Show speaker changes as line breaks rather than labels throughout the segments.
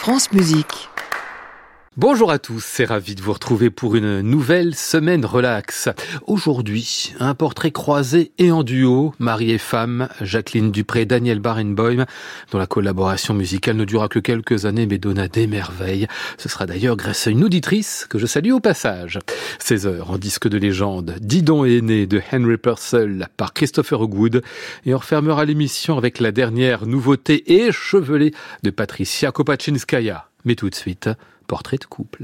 France Musique.
Bonjour à tous, c'est ravi de vous retrouver pour une nouvelle semaine relax. Aujourd'hui, un portrait croisé et en duo, mari et femme, Jacqueline Dupré, Daniel Barenboim, dont la collaboration musicale ne durera que quelques années mais donna des merveilles. Ce sera d'ailleurs grâce à une auditrice que je salue au passage. 16 heures en disque de légende, Didon est né de Henry Purcell par Christopher Hogwood et on refermera l'émission avec la dernière nouveauté échevelée de Patricia Kopaczynskaja. Mais tout de suite, portrait de couple.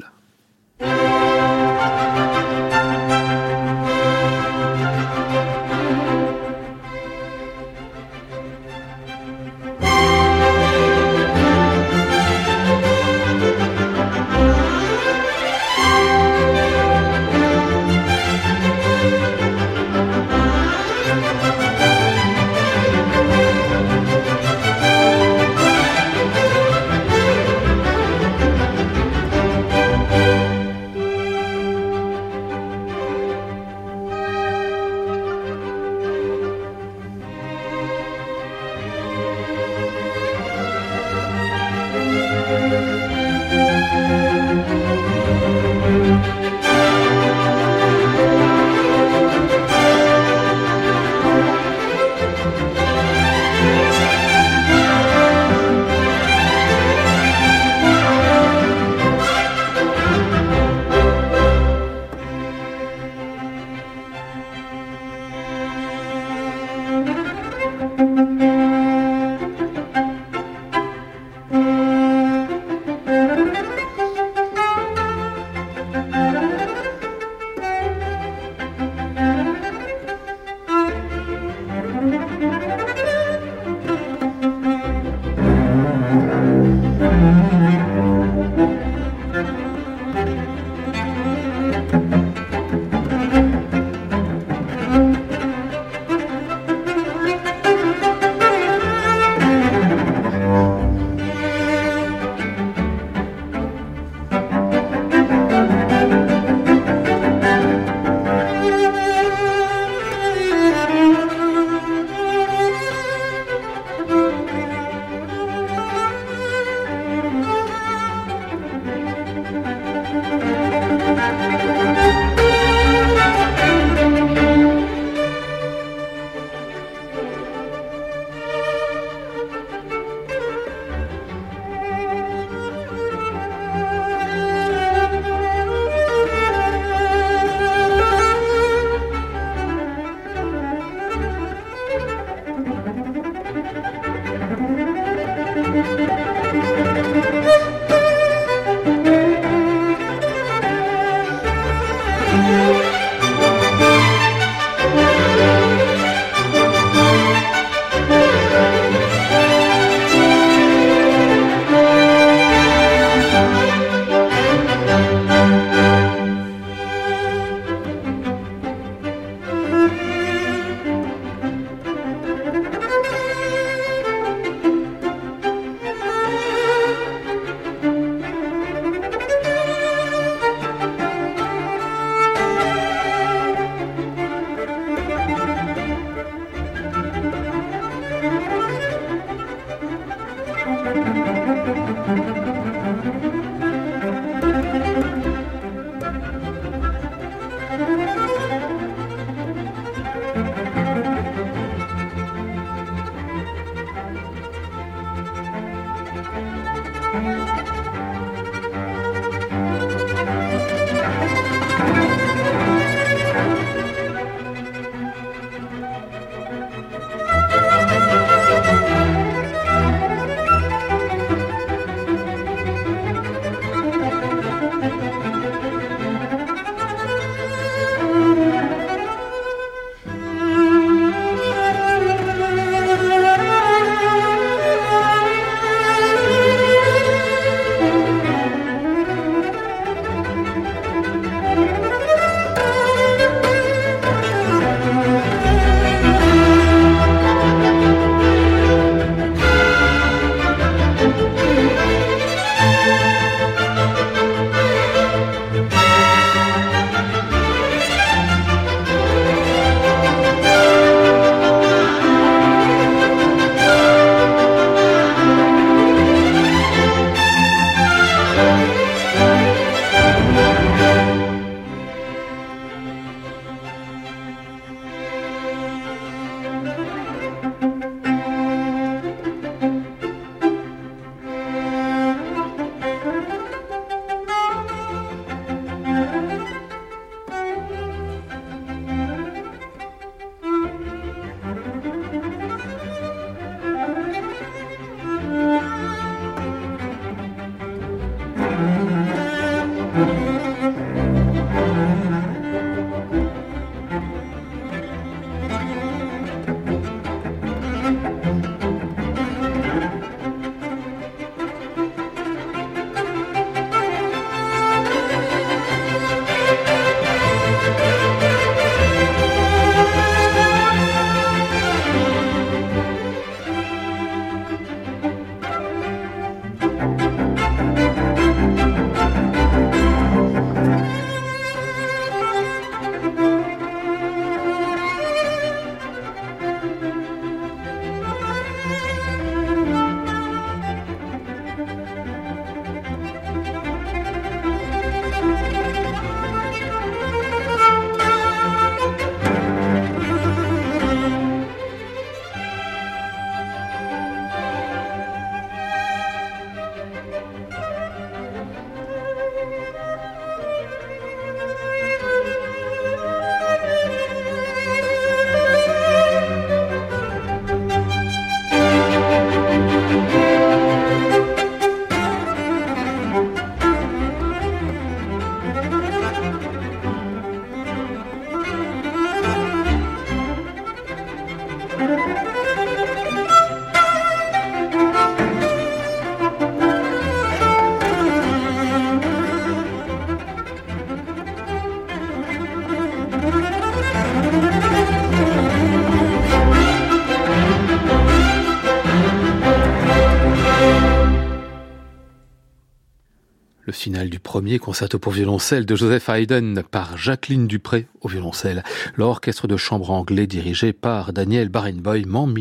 Le final du premier concerto pour violoncelle de Joseph Haydn par Jacqueline Dupré au violoncelle, l'orchestre de chambre anglais dirigé par Daniel Barenboim en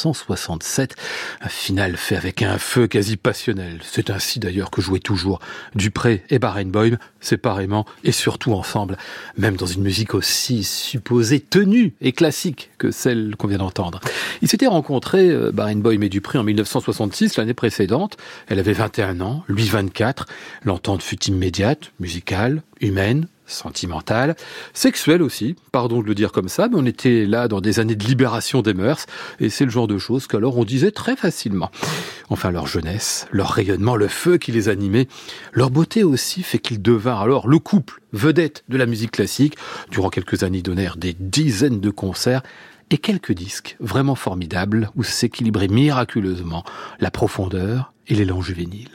1967. Un final fait avec un feu quasi passionnel. C'est ainsi d'ailleurs que jouaient toujours Dupré et Barenboim, séparément et surtout ensemble, même dans une musique aussi supposée tenue et classique que celle qu'on vient d'entendre. Ils s'étaient rencontrés, Barenboim et Dupré, en 1966, l'année précédente. Elle avait 21 ans, lui 24. L'entente fut immédiate, musicale, humaine, sentimentale, sexuelle aussi, pardon de le dire comme ça, mais on était là dans des années de libération des mœurs, et c'est le genre de choses qu'alors on disait très facilement. Enfin, leur jeunesse, leur rayonnement, le feu qui les animait, leur beauté aussi fait qu'ils devinrent alors le couple vedette de la musique classique. Durant quelques années, ils donnèrent des dizaines de concerts, et quelques disques vraiment formidables où s'équilibrait miraculeusement la profondeur et l'élan juvénile.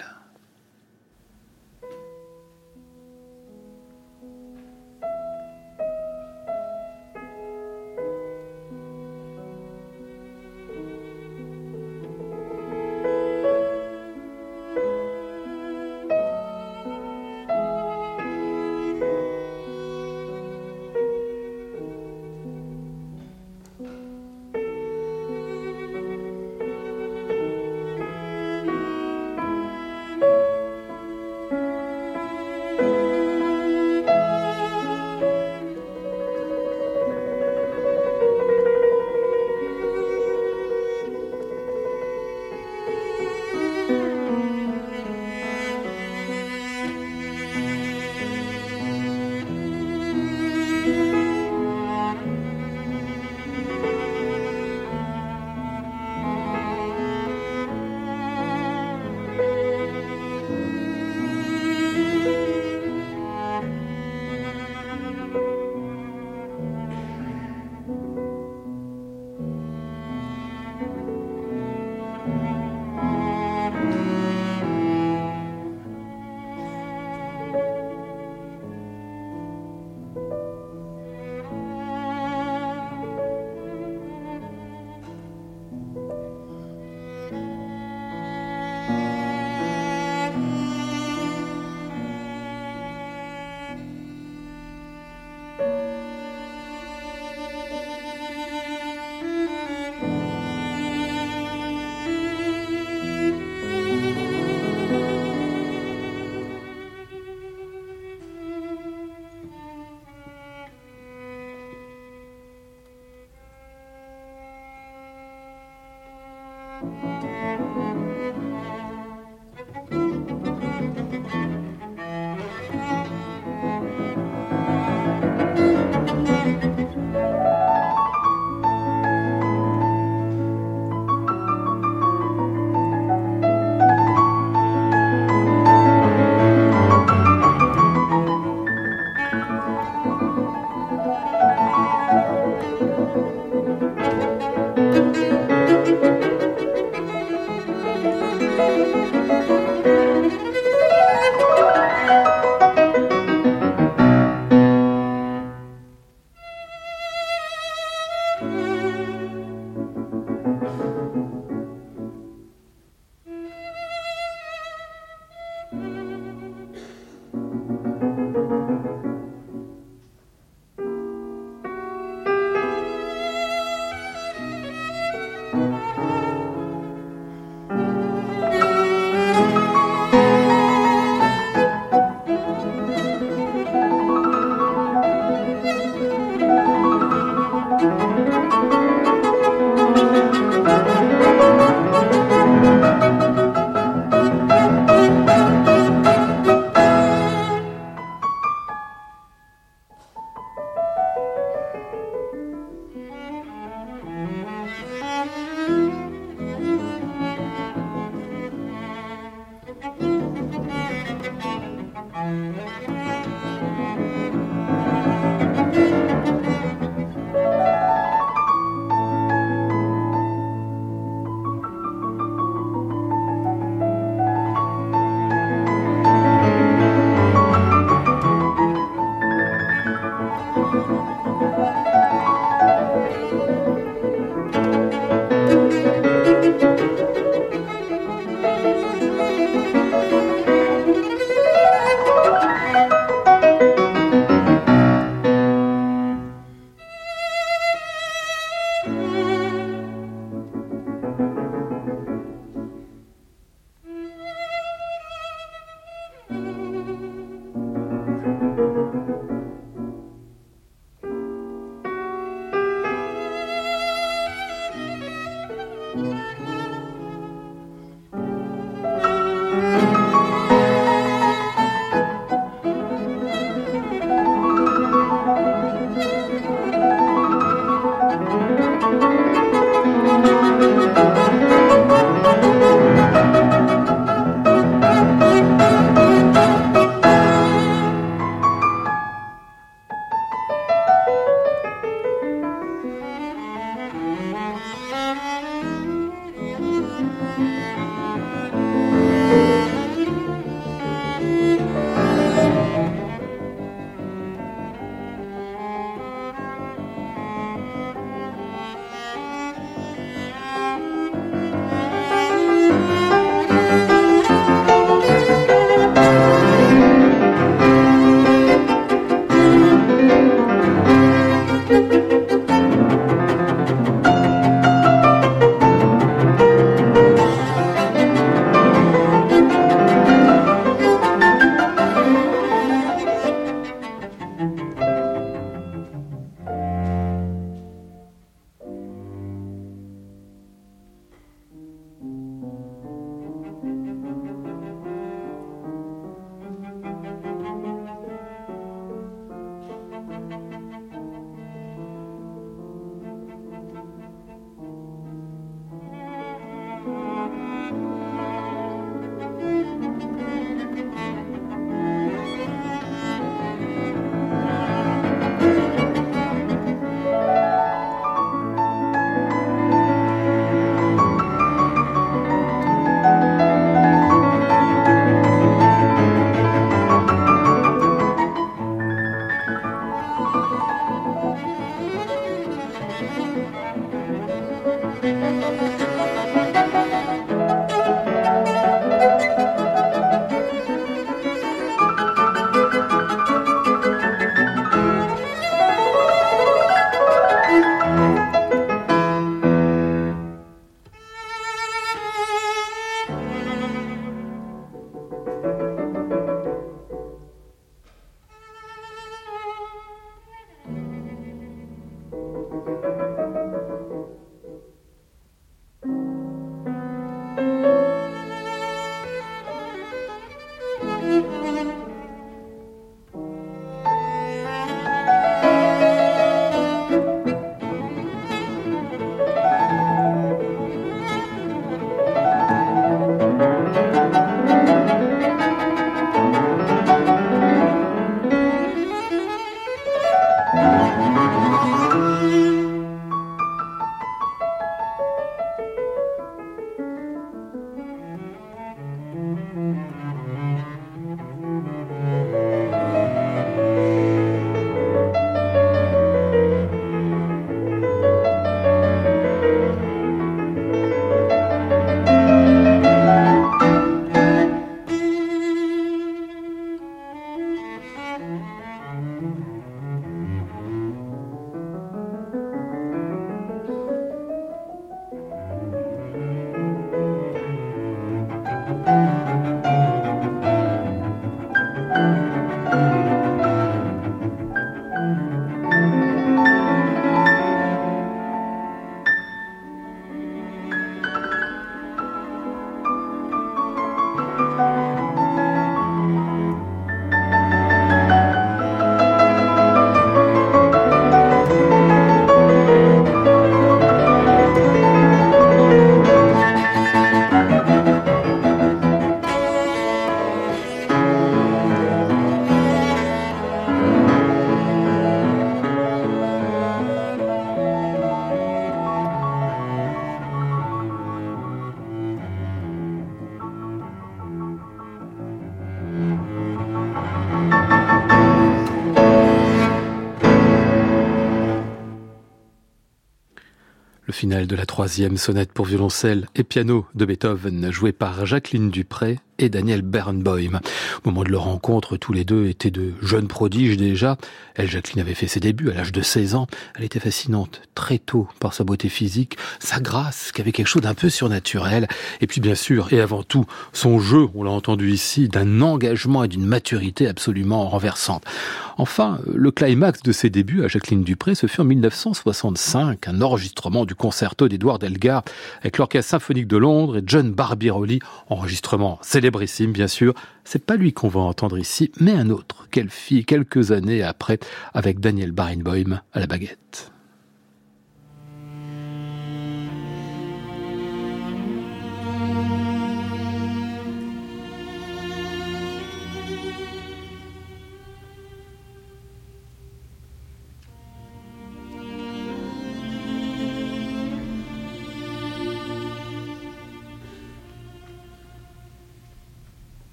Le final de la 3e sonate pour violoncelle et piano de Beethoven, joué par Jacqueline Dupré et Daniel Barenboim. Au moment de leur rencontre, tous les deux étaient de jeunes prodiges déjà. Elle, Jacqueline, avait fait ses débuts à l'âge de 16 ans. Elle était fascinante très tôt par sa beauté physique, sa grâce, qui avait quelque chose d'un peu surnaturel. Et puis bien sûr, et avant tout, son jeu, on l'a entendu ici, d'un engagement et d'une maturité absolument renversante. Enfin, le climax de ses débuts à Jacqueline Dupré, ce fut en 1965, un enregistrement du concerto d'Edward Elgar avec l'Orchestre symphonique de Londres et John Barbirolli, enregistrement célébrissime bien sûr. C'est pas lui qu'on va entendre ici, mais un autre qu'elle fit quelques années après avec Daniel Barenboim à la baguette.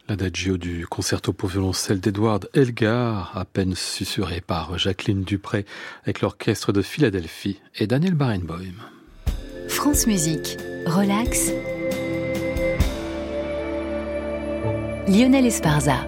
L'adagio du concerto pour violoncelle d'Edward Elgar, à peine susurré par Jacqueline Dupré avec l'orchestre de Philadelphie et Daniel Barenboim.
France Musique, relax. Lionel Esparza.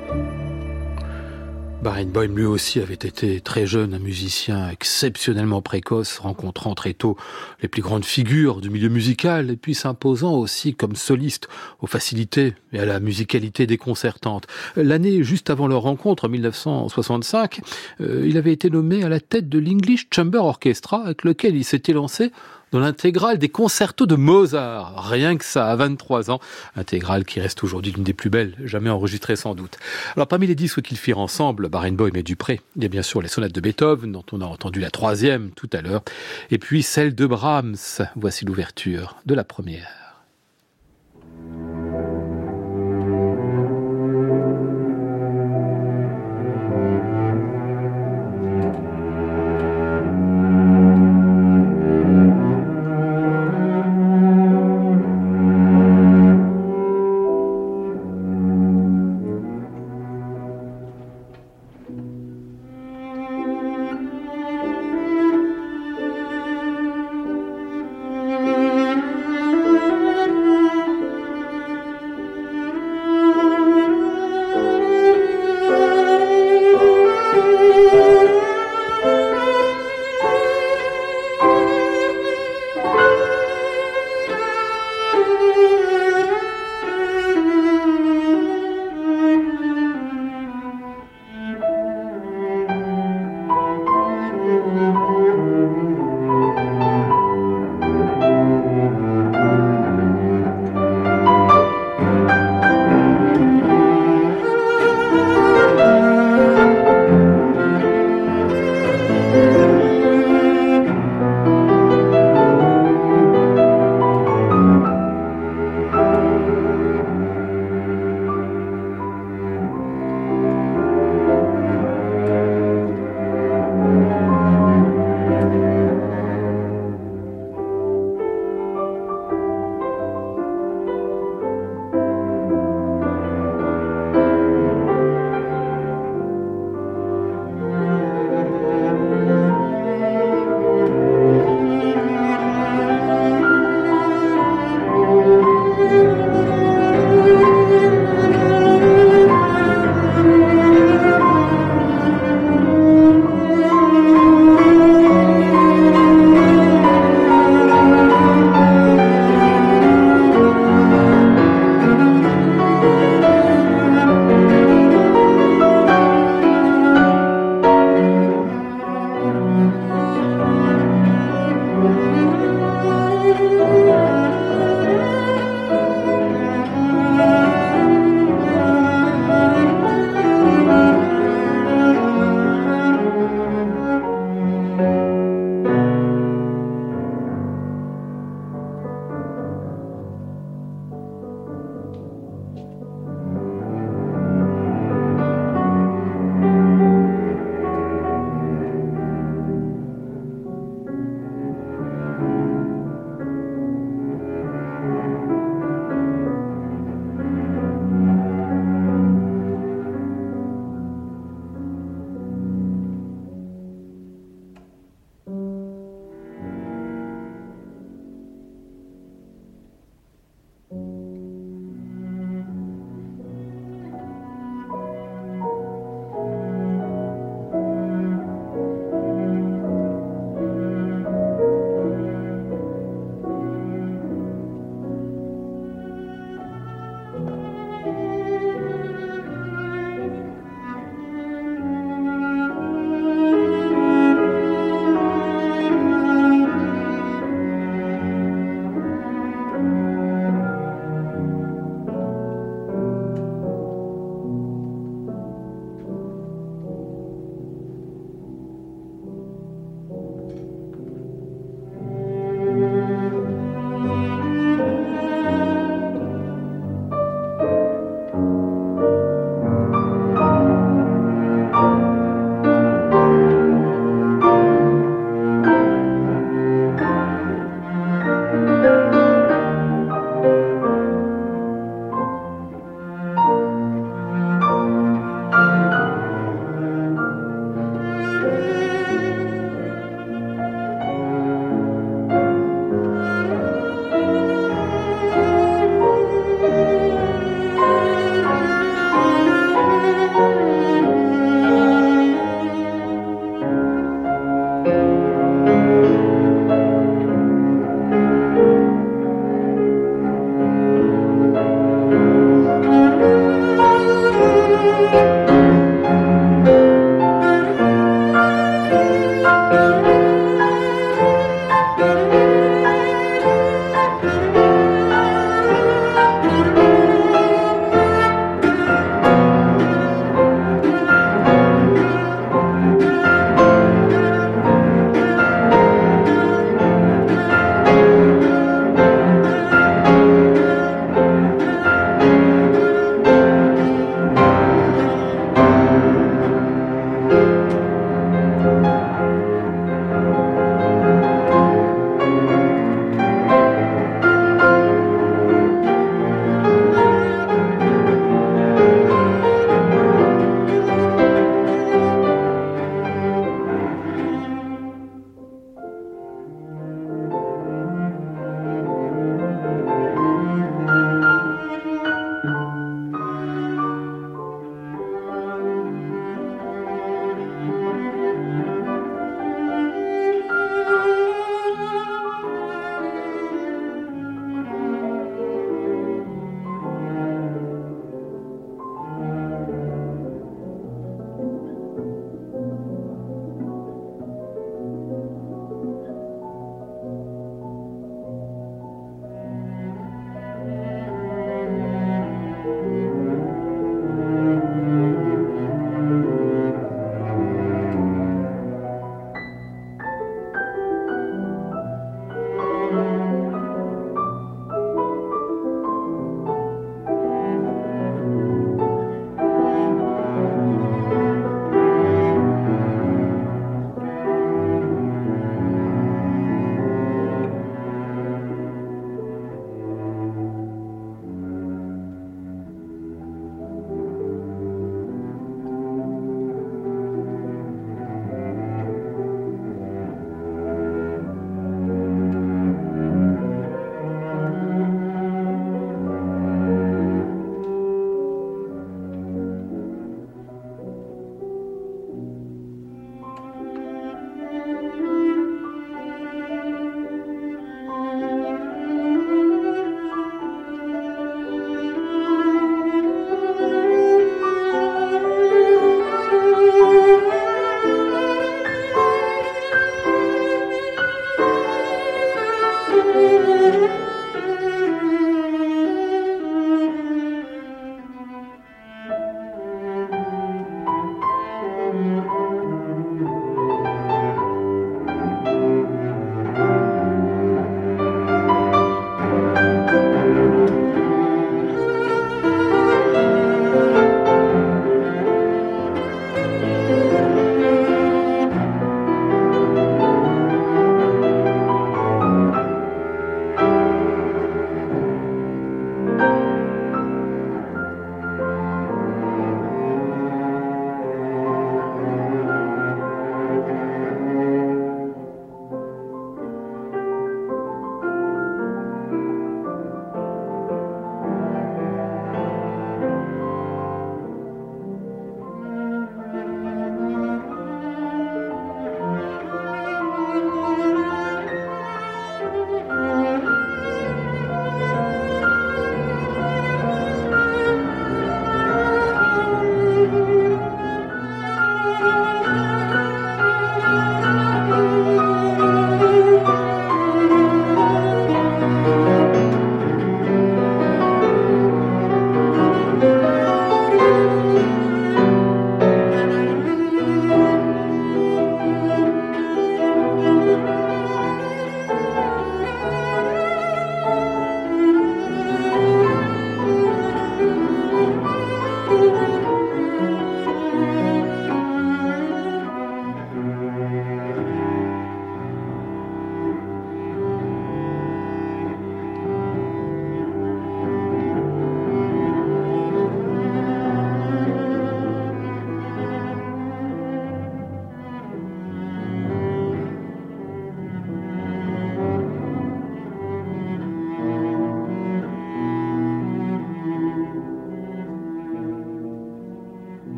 Barenboim lui aussi avait été très jeune, un musicien exceptionnellement précoce, rencontrant très tôt les plus grandes figures du milieu musical et puis s'imposant aussi comme soliste aux facilités et à la musicalité déconcertante. L'année juste avant leur rencontre, en 1965, il avait été nommé à la tête de l'English Chamber Orchestra avec lequel il s'était lancé dans l'intégrale des concertos de Mozart. Rien que ça, à 23 ans. Intégrale qui reste aujourd'hui l'une des plus belles, jamais enregistrée sans doute. Alors parmi les disques qu'ils firent ensemble, Barenboim et Dupré, il y a bien sûr les sonates de Beethoven, dont on a entendu la 3e tout à l'heure, et puis celle de Brahms. Voici l'ouverture de la première.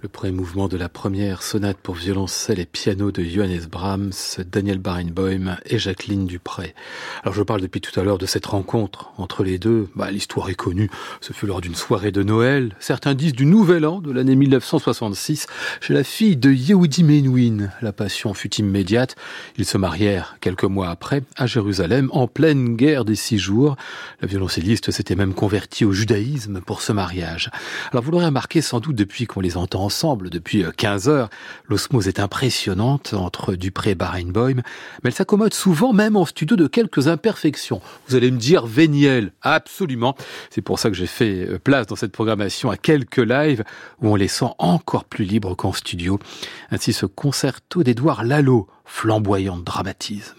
Le premier mouvement de la première sonate pour violoncelle et piano de Johannes Brahms, Daniel Barenboim et Jacqueline Dupray. Alors je parle depuis tout à l'heure de cette rencontre entre les deux. L'histoire est connue. Ce fut lors d'une soirée de Noël. Certains disent du Nouvel An de l'année 1966 chez la fille de Yehudi Menuhin. La passion fut immédiate. Ils se marièrent quelques mois après à Jérusalem en pleine guerre des 6 jours. La violoncelliste s'était même convertie au judaïsme pour ce mariage. Alors vous l'aurez remarqué sans doute depuis qu'on les entend ensemble depuis 15 heures. L'osmose est impressionnante entre Dupray et Barenboim, mais elle s'accommode souvent même en studio de quelques imperfections. Vous allez me dire véniel, absolument. C'est pour ça que j'ai fait place dans cette programmation à quelques lives où on les sent encore plus libres qu'en studio. Ainsi ce concerto d'Édouard Lalo, flamboyant de dramatisme.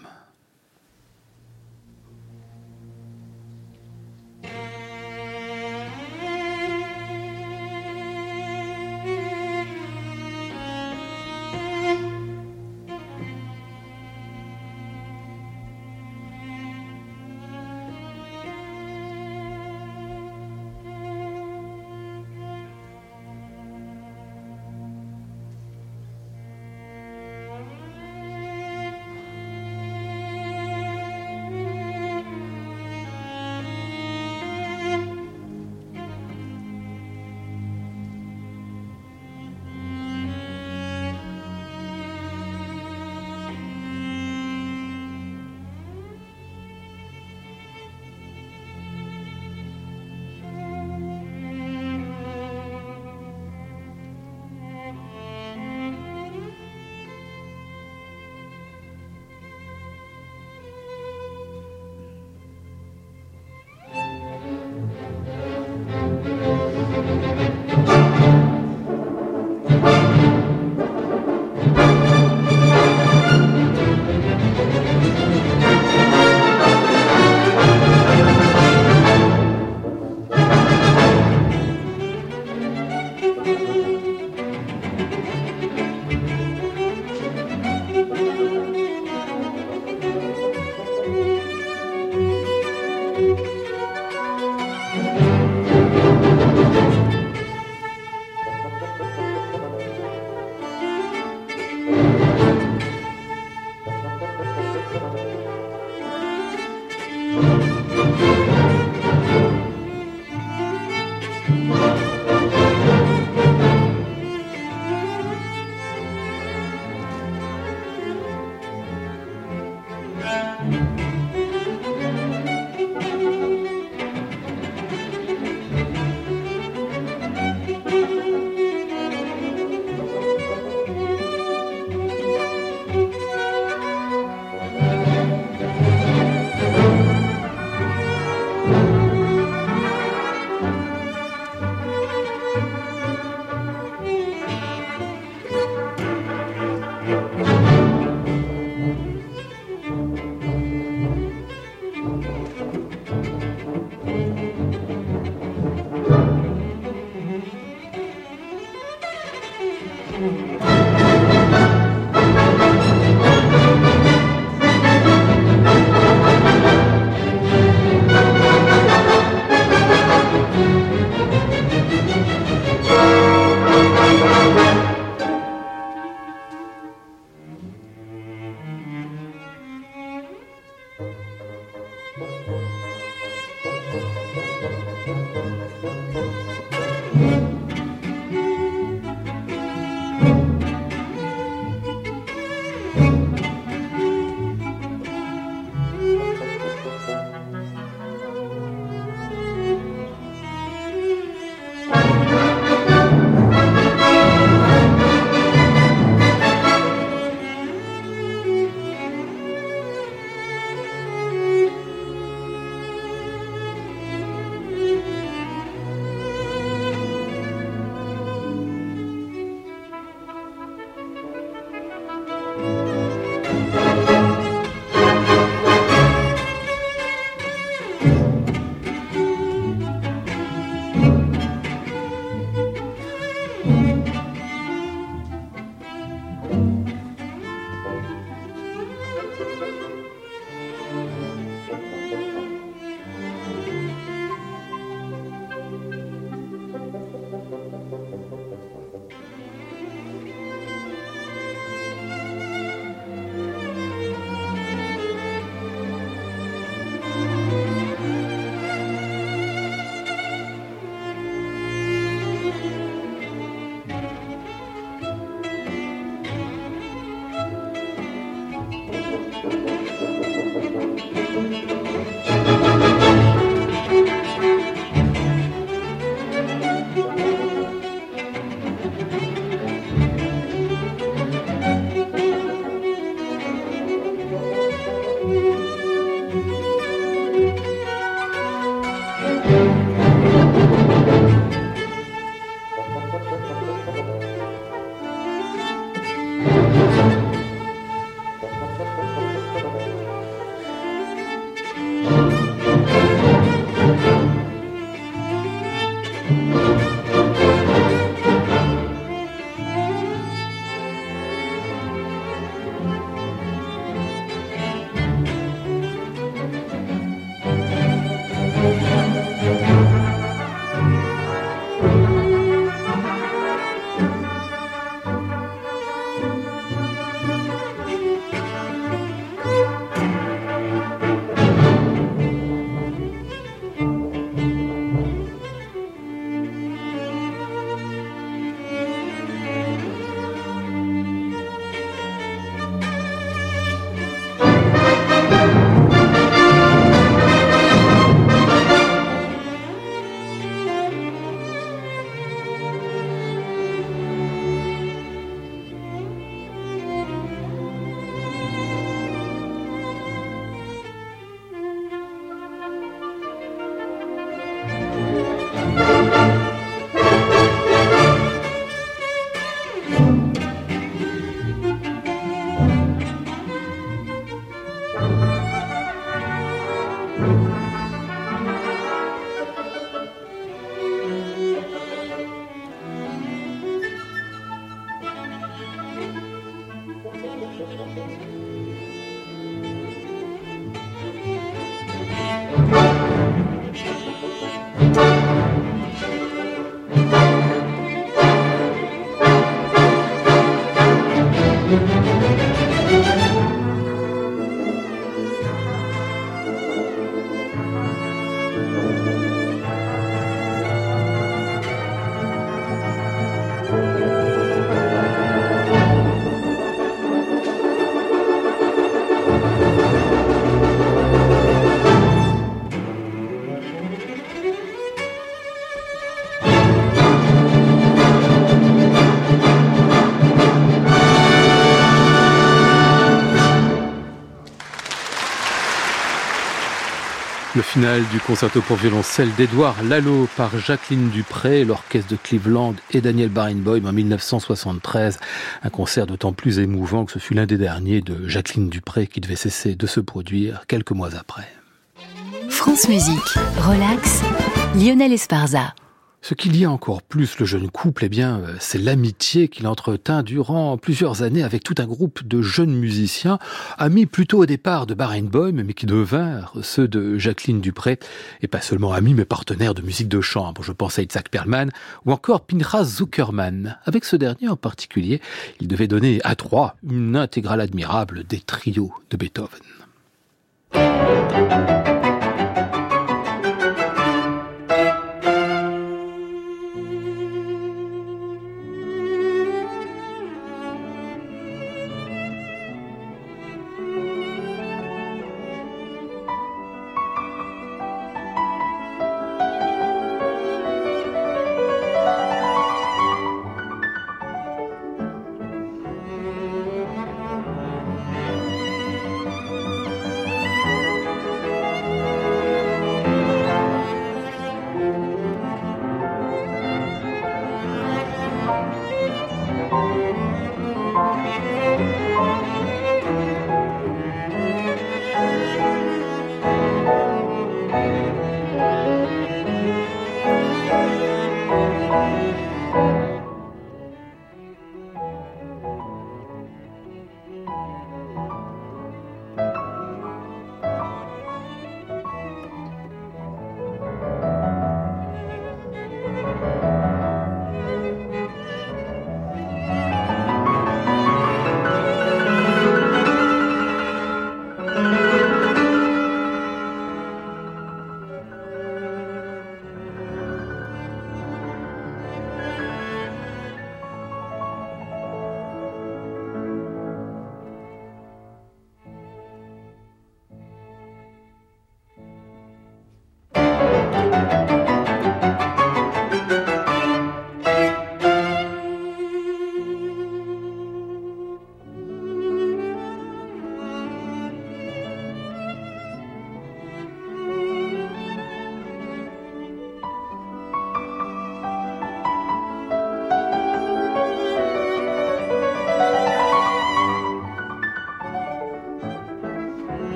Le final du concerto pour violoncelle d'Édouard Lalo par Jacqueline Dupré, l'orchestre de Cleveland et Daniel Barenboim en 1973. Un concert d'autant plus émouvant que ce fut l'un des derniers de Jacqueline Dupré qui devait cesser de se produire quelques mois après.
France Musique, relax, Lionel Esparza.
Ce qui lie encore plus le jeune couple, c'est l'amitié qu'il entretint durant plusieurs années avec tout un groupe de jeunes musiciens, amis plutôt au départ de Barenboim, mais qui devinrent ceux de Jacqueline Dupré, et pas seulement amis, mais partenaires de musique de chambre. Je pense à Itzhak Perlman ou encore Pinchas Zuckerman. Avec ce dernier en particulier, il devait donner à trois une intégrale admirable des trios de Beethoven.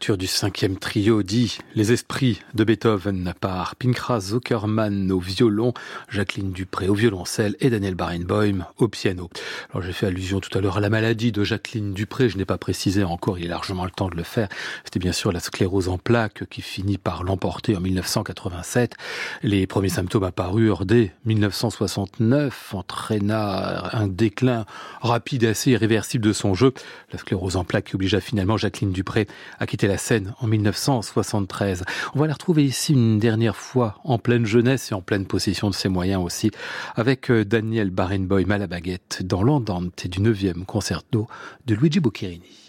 l'ouverture du 5e trio dit Les Esprits de Beethoven par Pinchas Zuckerman au violon, Jacqueline Dupré au violoncelle et Daniel Barenboim au piano. Alors j'ai fait allusion tout à l'heure à la maladie de Jacqueline Dupré, je n'ai pas précisé encore, il est largement le temps de le faire. C'était bien sûr la sclérose en plaques qui finit par l'emporter en 1987. Les premiers symptômes apparurent dès 1969, entraîna un déclin rapide et assez irréversible de son jeu. La sclérose en plaques qui obligea finalement Jacqueline Dupré a quitté la scène en 1973. On va la retrouver ici une dernière fois, en pleine jeunesse et en pleine possession de ses moyens aussi, avec Daniel Barenboim à la baguette dans l'Andante du 9e concerto de Luigi Boccherini.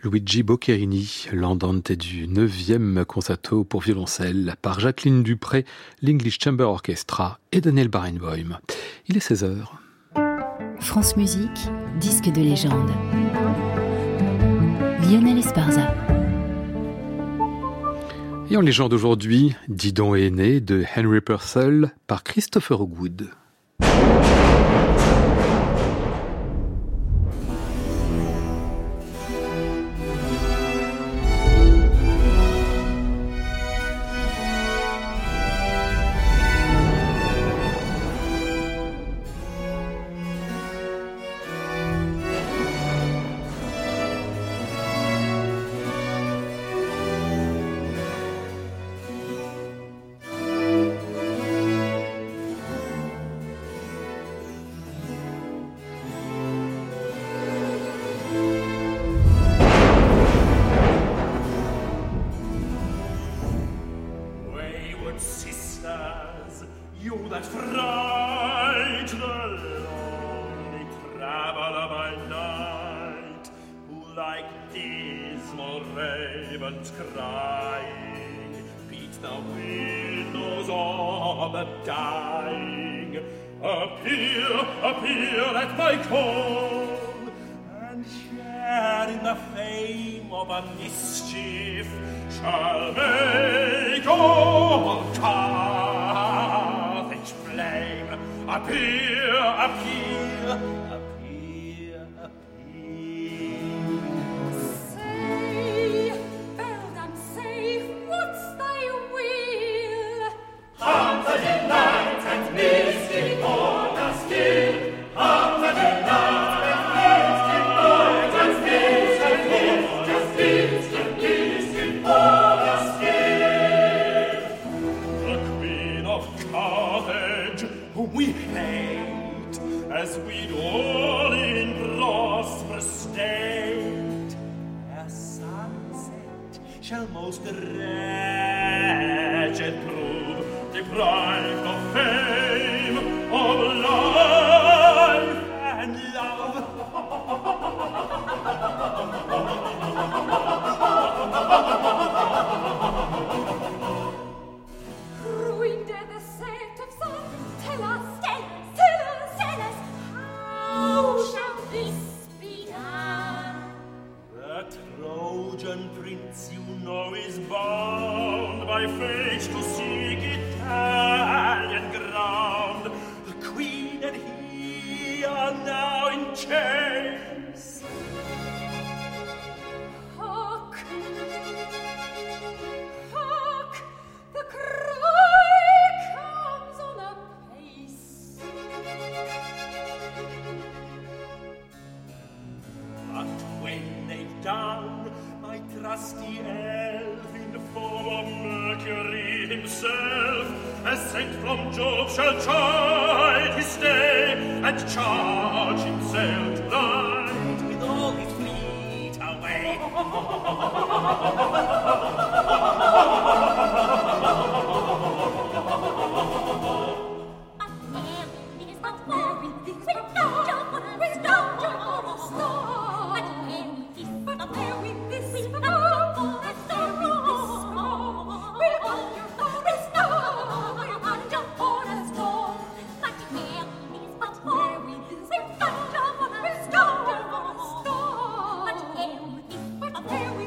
Luigi Boccherini, l'andante du 9e concerto pour violoncelle par Jacqueline Dupré, l'English Chamber Orchestra et Daniel Barenboim. Il est 16h.
France Musique, disque de légende. Lionel Esparza.
Et en légende aujourd'hui, Didon est né de Henry Purcell par Christopher Hogwood.
You that fright the lonely traveler by night, who like dismal ravens crying, beat the windows of the dying. Appear, appear at my call, and share in the fame of a mischief, shall make all Carthage flame. Appear, appear, appear, appear.
Say, Beldam, say, what's thy will?
Haunted in night and misty borders still. Haunted in night and misty borders still. Just misty borders still. The Queen of Carthage, whom we hate, as we do all in prosperous state, her sunset shall most wretched prove, deprived of fame, of life and love.
Ruined the set of sun, tell us, tell us, how shall this be done?
The Trojan prince, you know, is bound by fate to seek Italian ground. The queen and he are now in chains.
Hark! Hark! The cry comes on apace.
But when they've done, my trusty elf in the form of Mercury himself, as sent from Jove, shall chide his stay and charge himself tonight with all his fleet away.
But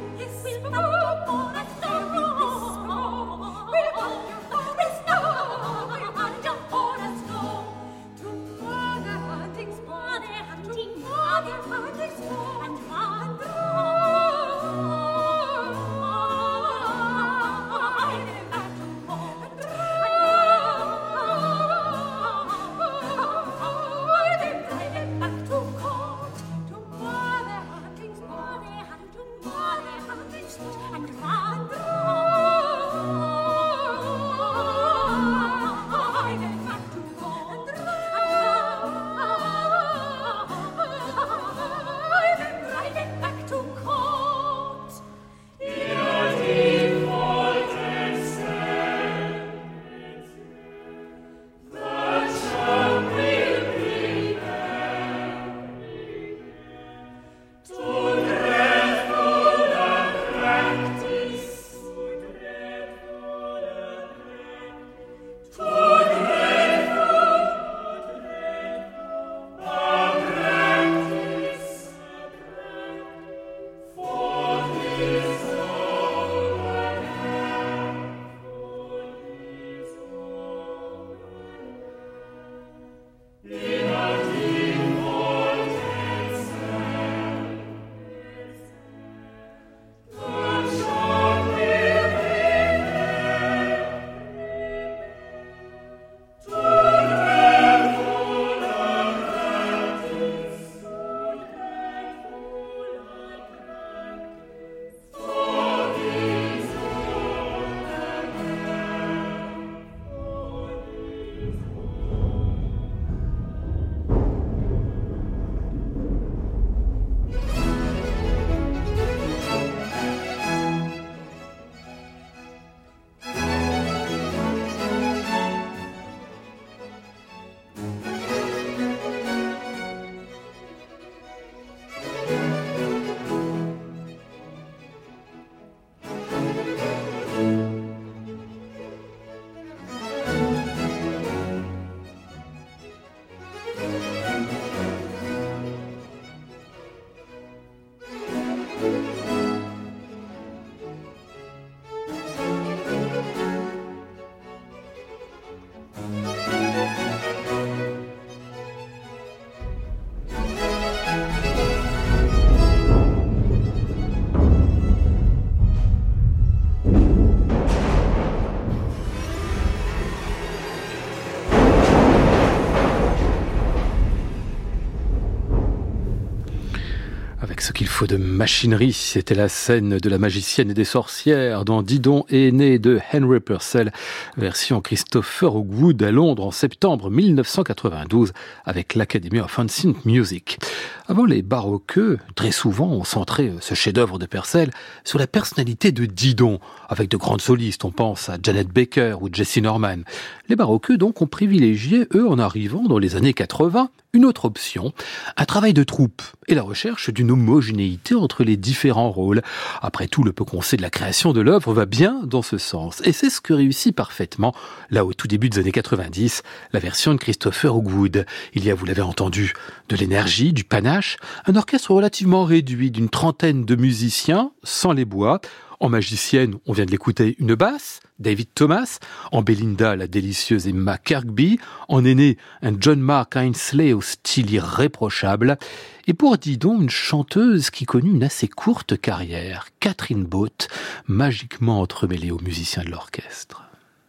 Avec ce qu'il faut de machinerie, c'était la scène de la magicienne et des sorcières dans Didon est né de Henry Purcell, version Christopher Hogwood à Londres en septembre 1992 avec l'Academy of Ancient Music. Avant les baroqueux, très souvent on centrait ce chef-d'œuvre de Purcell sur la personnalité de Didon, avec de grandes solistes, on pense à Janet Baker ou Jessie Norman. Les baroqueux donc ont privilégié, eux en arrivant dans les années 80, une autre option, un travail de troupe et la recherche d'une homogénéité entre les différents rôles. Après tout, le peu qu'on sait de la création de l'œuvre va bien dans ce sens. Et c'est ce que réussit parfaitement, là au tout début des années 90, la version de Christopher Hogwood. Il y a, vous l'avez entendu, de l'énergie, du panache, un orchestre relativement réduit d'une trentaine de musiciens, sans les bois. En magicienne, on vient de l'écouter, une basse, David Thomas. En Belinda, la délicieuse Emma Kirkby. En aîné, un John Mark Ainsley au style irréprochable. Et pour Didon, une chanteuse qui connut une assez courte carrière, Catherine Boat, magiquement entremêlée aux musiciens de l'orchestre.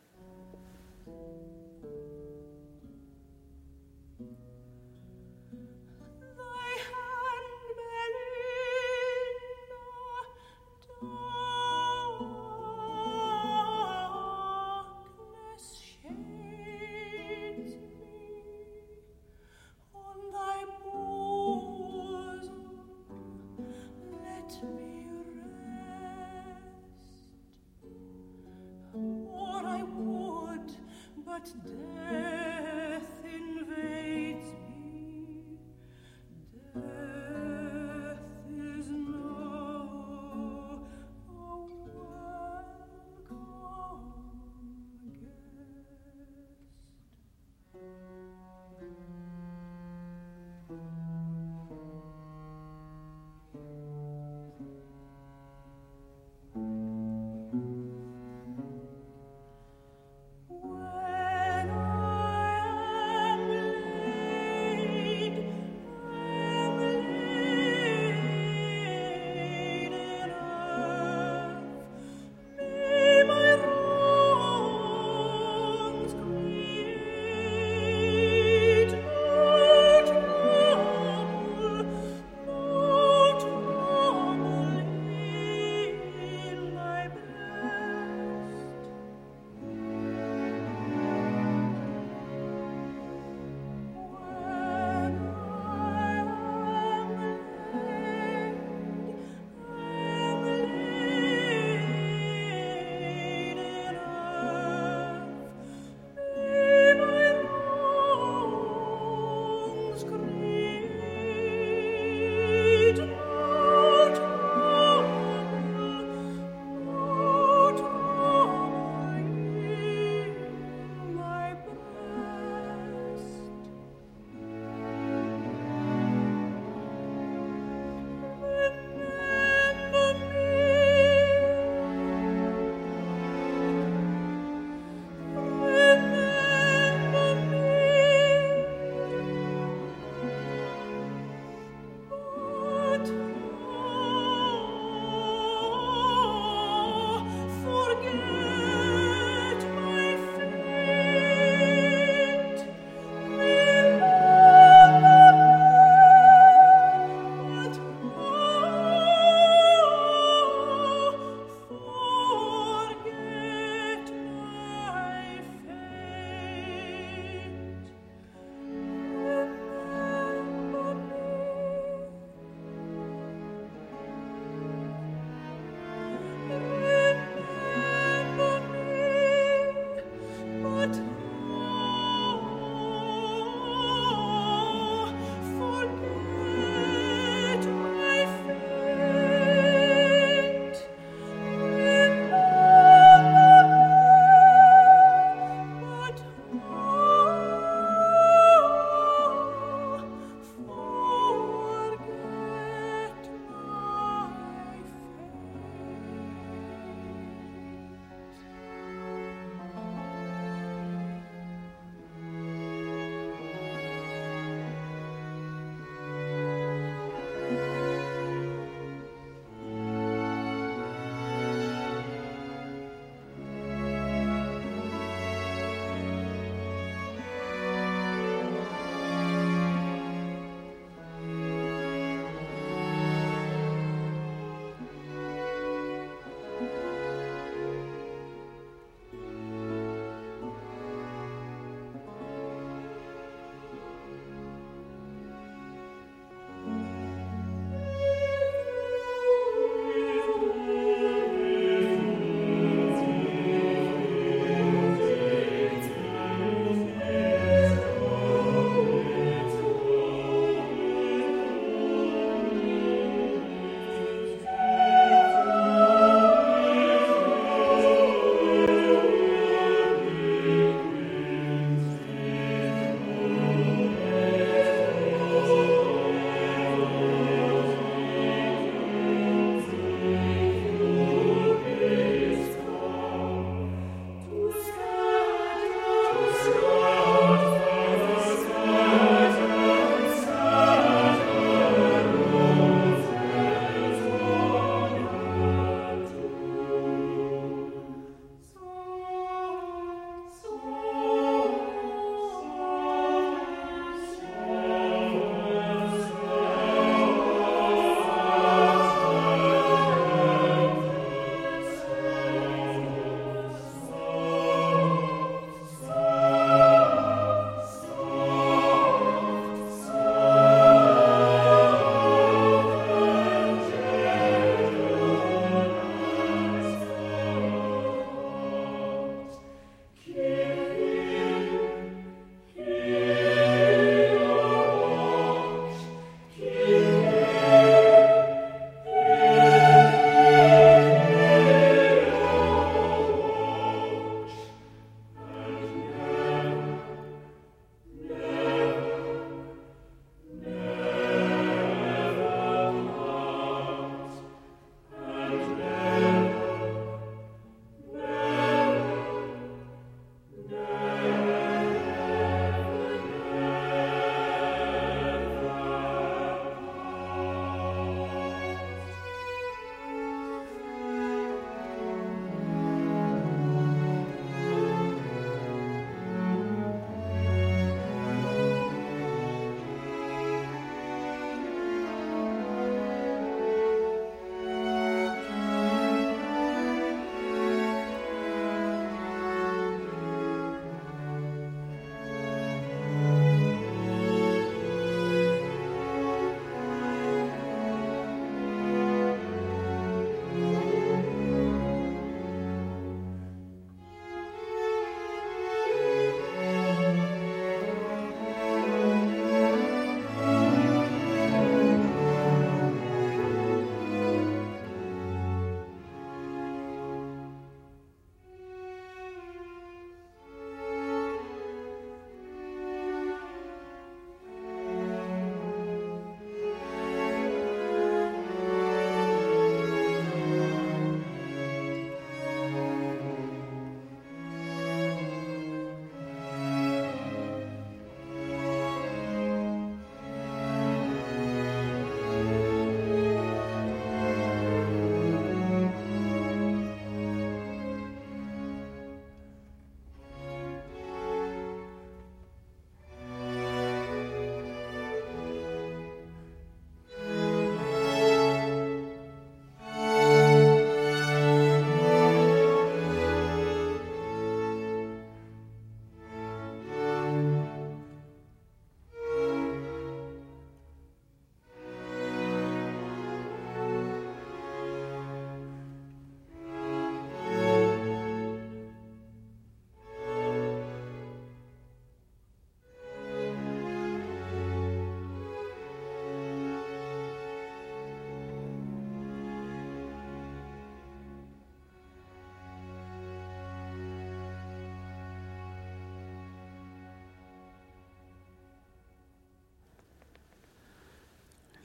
Death invades me. Death is no welcome guest. When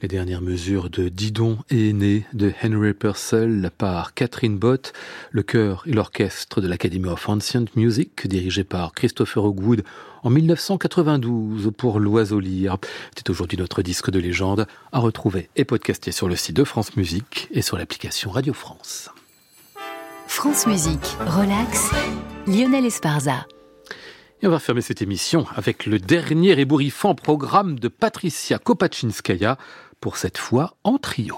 Les dernières mesures de Didon et Aîné de Henry Purcell par Catherine Bott, le chœur et l'orchestre de l'Academy of Ancient Music, dirigé par Christopher Hogwood en 1992 pour l'Oiseau Lyre. C'est aujourd'hui notre disque de légende à retrouver et podcaster sur le site de France Musique et sur l'application Radio France.
France Musique, relax, Lionel Esparza.
Et on va fermer cette émission avec le dernier ébouriffant programme de Patricia Kopachinskaya, pour cette fois en trio.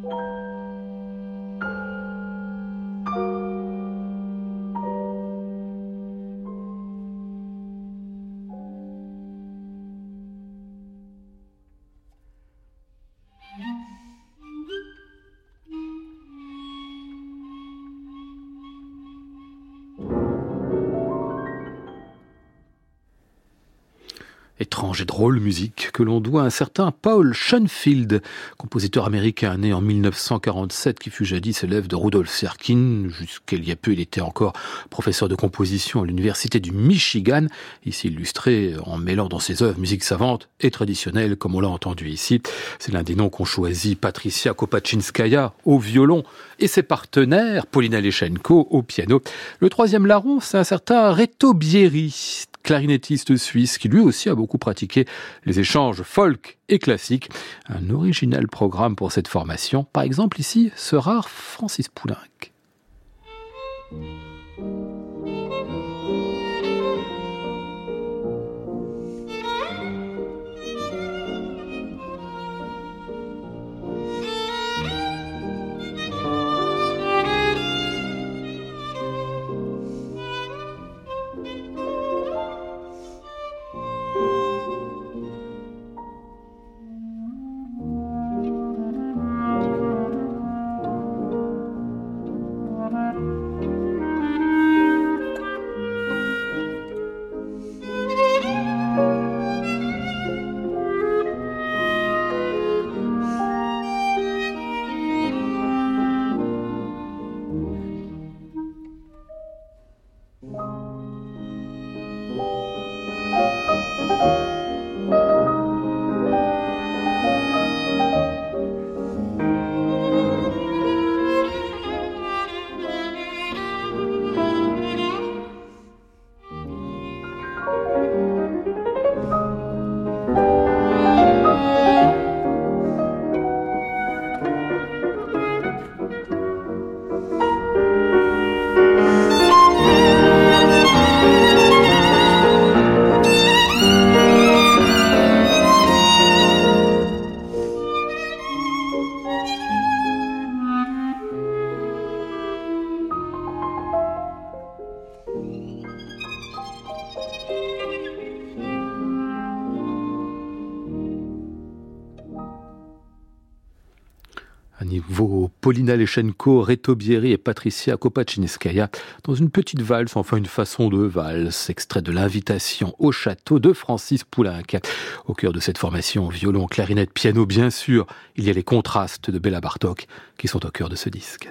Étrange et drôle musique que l'on doit à un certain Paul Schoenfield, compositeur américain né en 1947 qui fut jadis élève de Rudolf Serkin. Jusqu'à il y a peu, il était encore professeur de composition à l'université du Michigan, ici illustré en mêlant dans ses œuvres musique savante et traditionnelle comme on l'a entendu ici. C'est l'un des noms qu'ont choisi Patricia Kopachinskaya au violon et ses partenaires Polina Leschenko au piano. Le troisième larron, c'est un certain Reto Bieri, clarinettiste suisse qui lui aussi a beaucoup pratiqué les échanges folk et classiques. Un original programme pour cette formation. Par exemple ici, ce rare Francis Poulenc. À niveau Polina Leschenko, Reto Bieri et Patricia Kopachinskaya dans une petite valse, enfin une façon de valse, extrait de l'invitation au château de Francis Poulenc. Au cœur de cette formation, violon, clarinette, piano, bien sûr, il y a les contrastes de Béla Bartók qui sont au cœur de ce disque.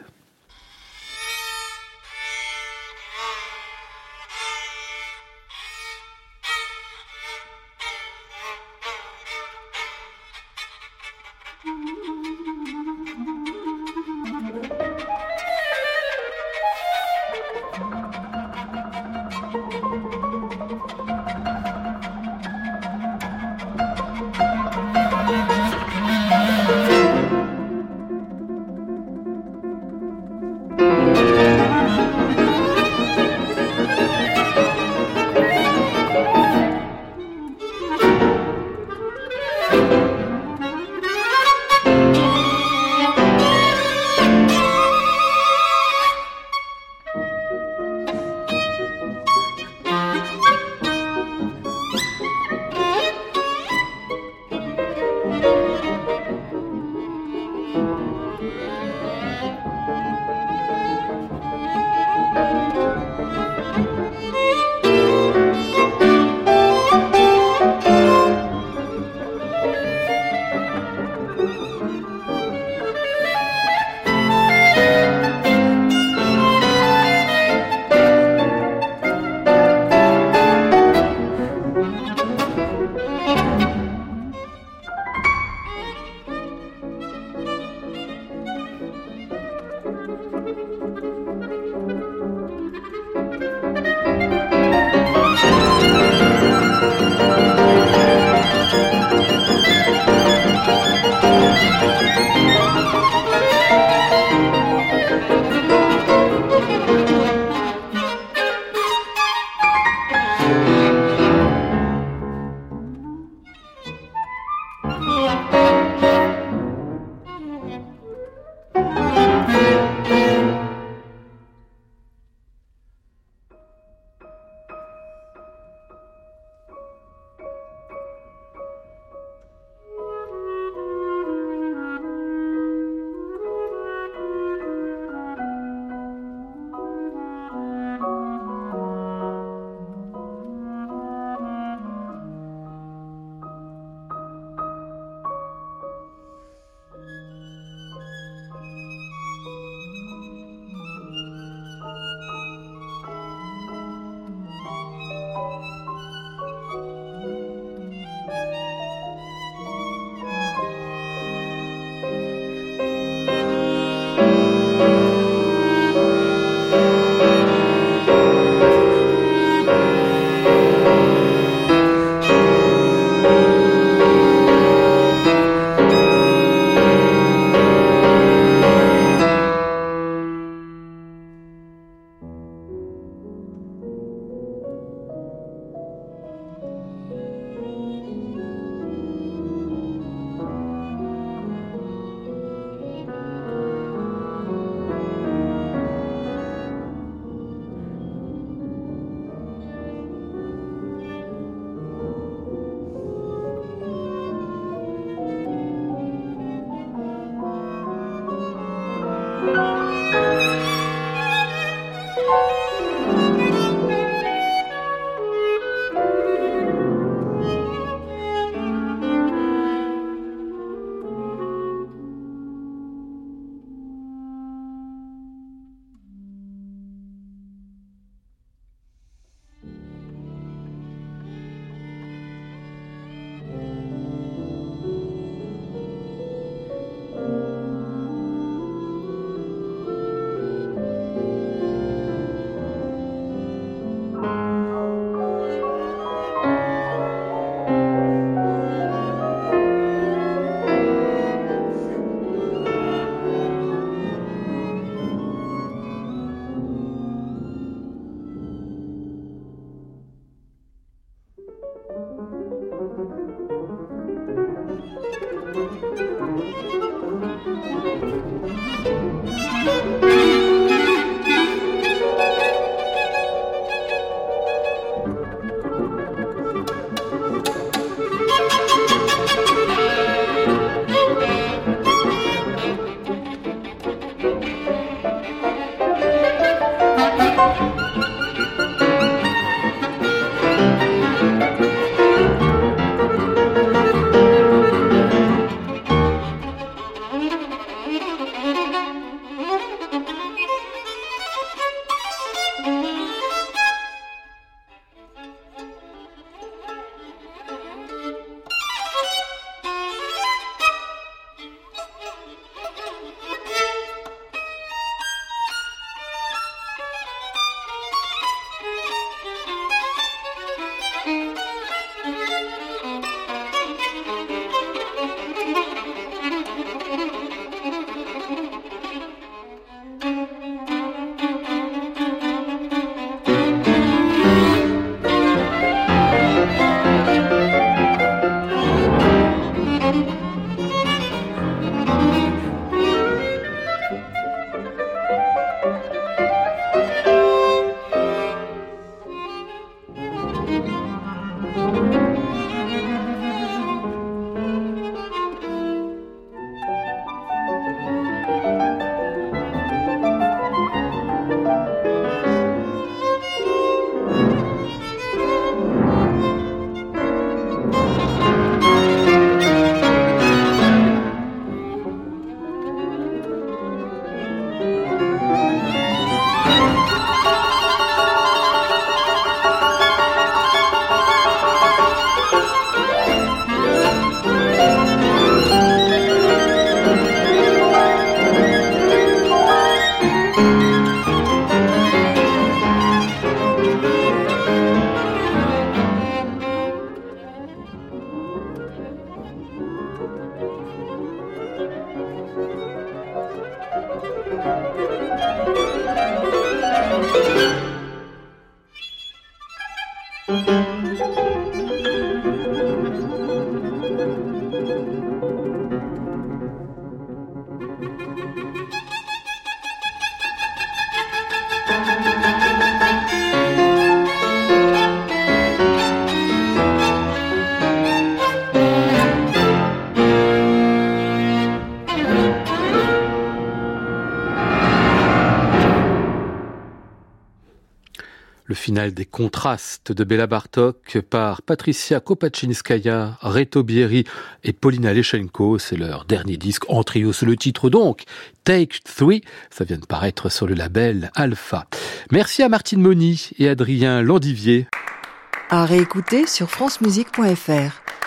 Le final des contrastes de Béla Bartók par Patricia Kopaczynskaja, Reto Bieri et Paulina Leschenko. C'est leur dernier disque en trio. C'est le titre donc, Take 3. Ça vient de paraître sur le label Alpha. Merci à Martine Moni et Adrien Landivier.
À réécouter sur francemusique.fr.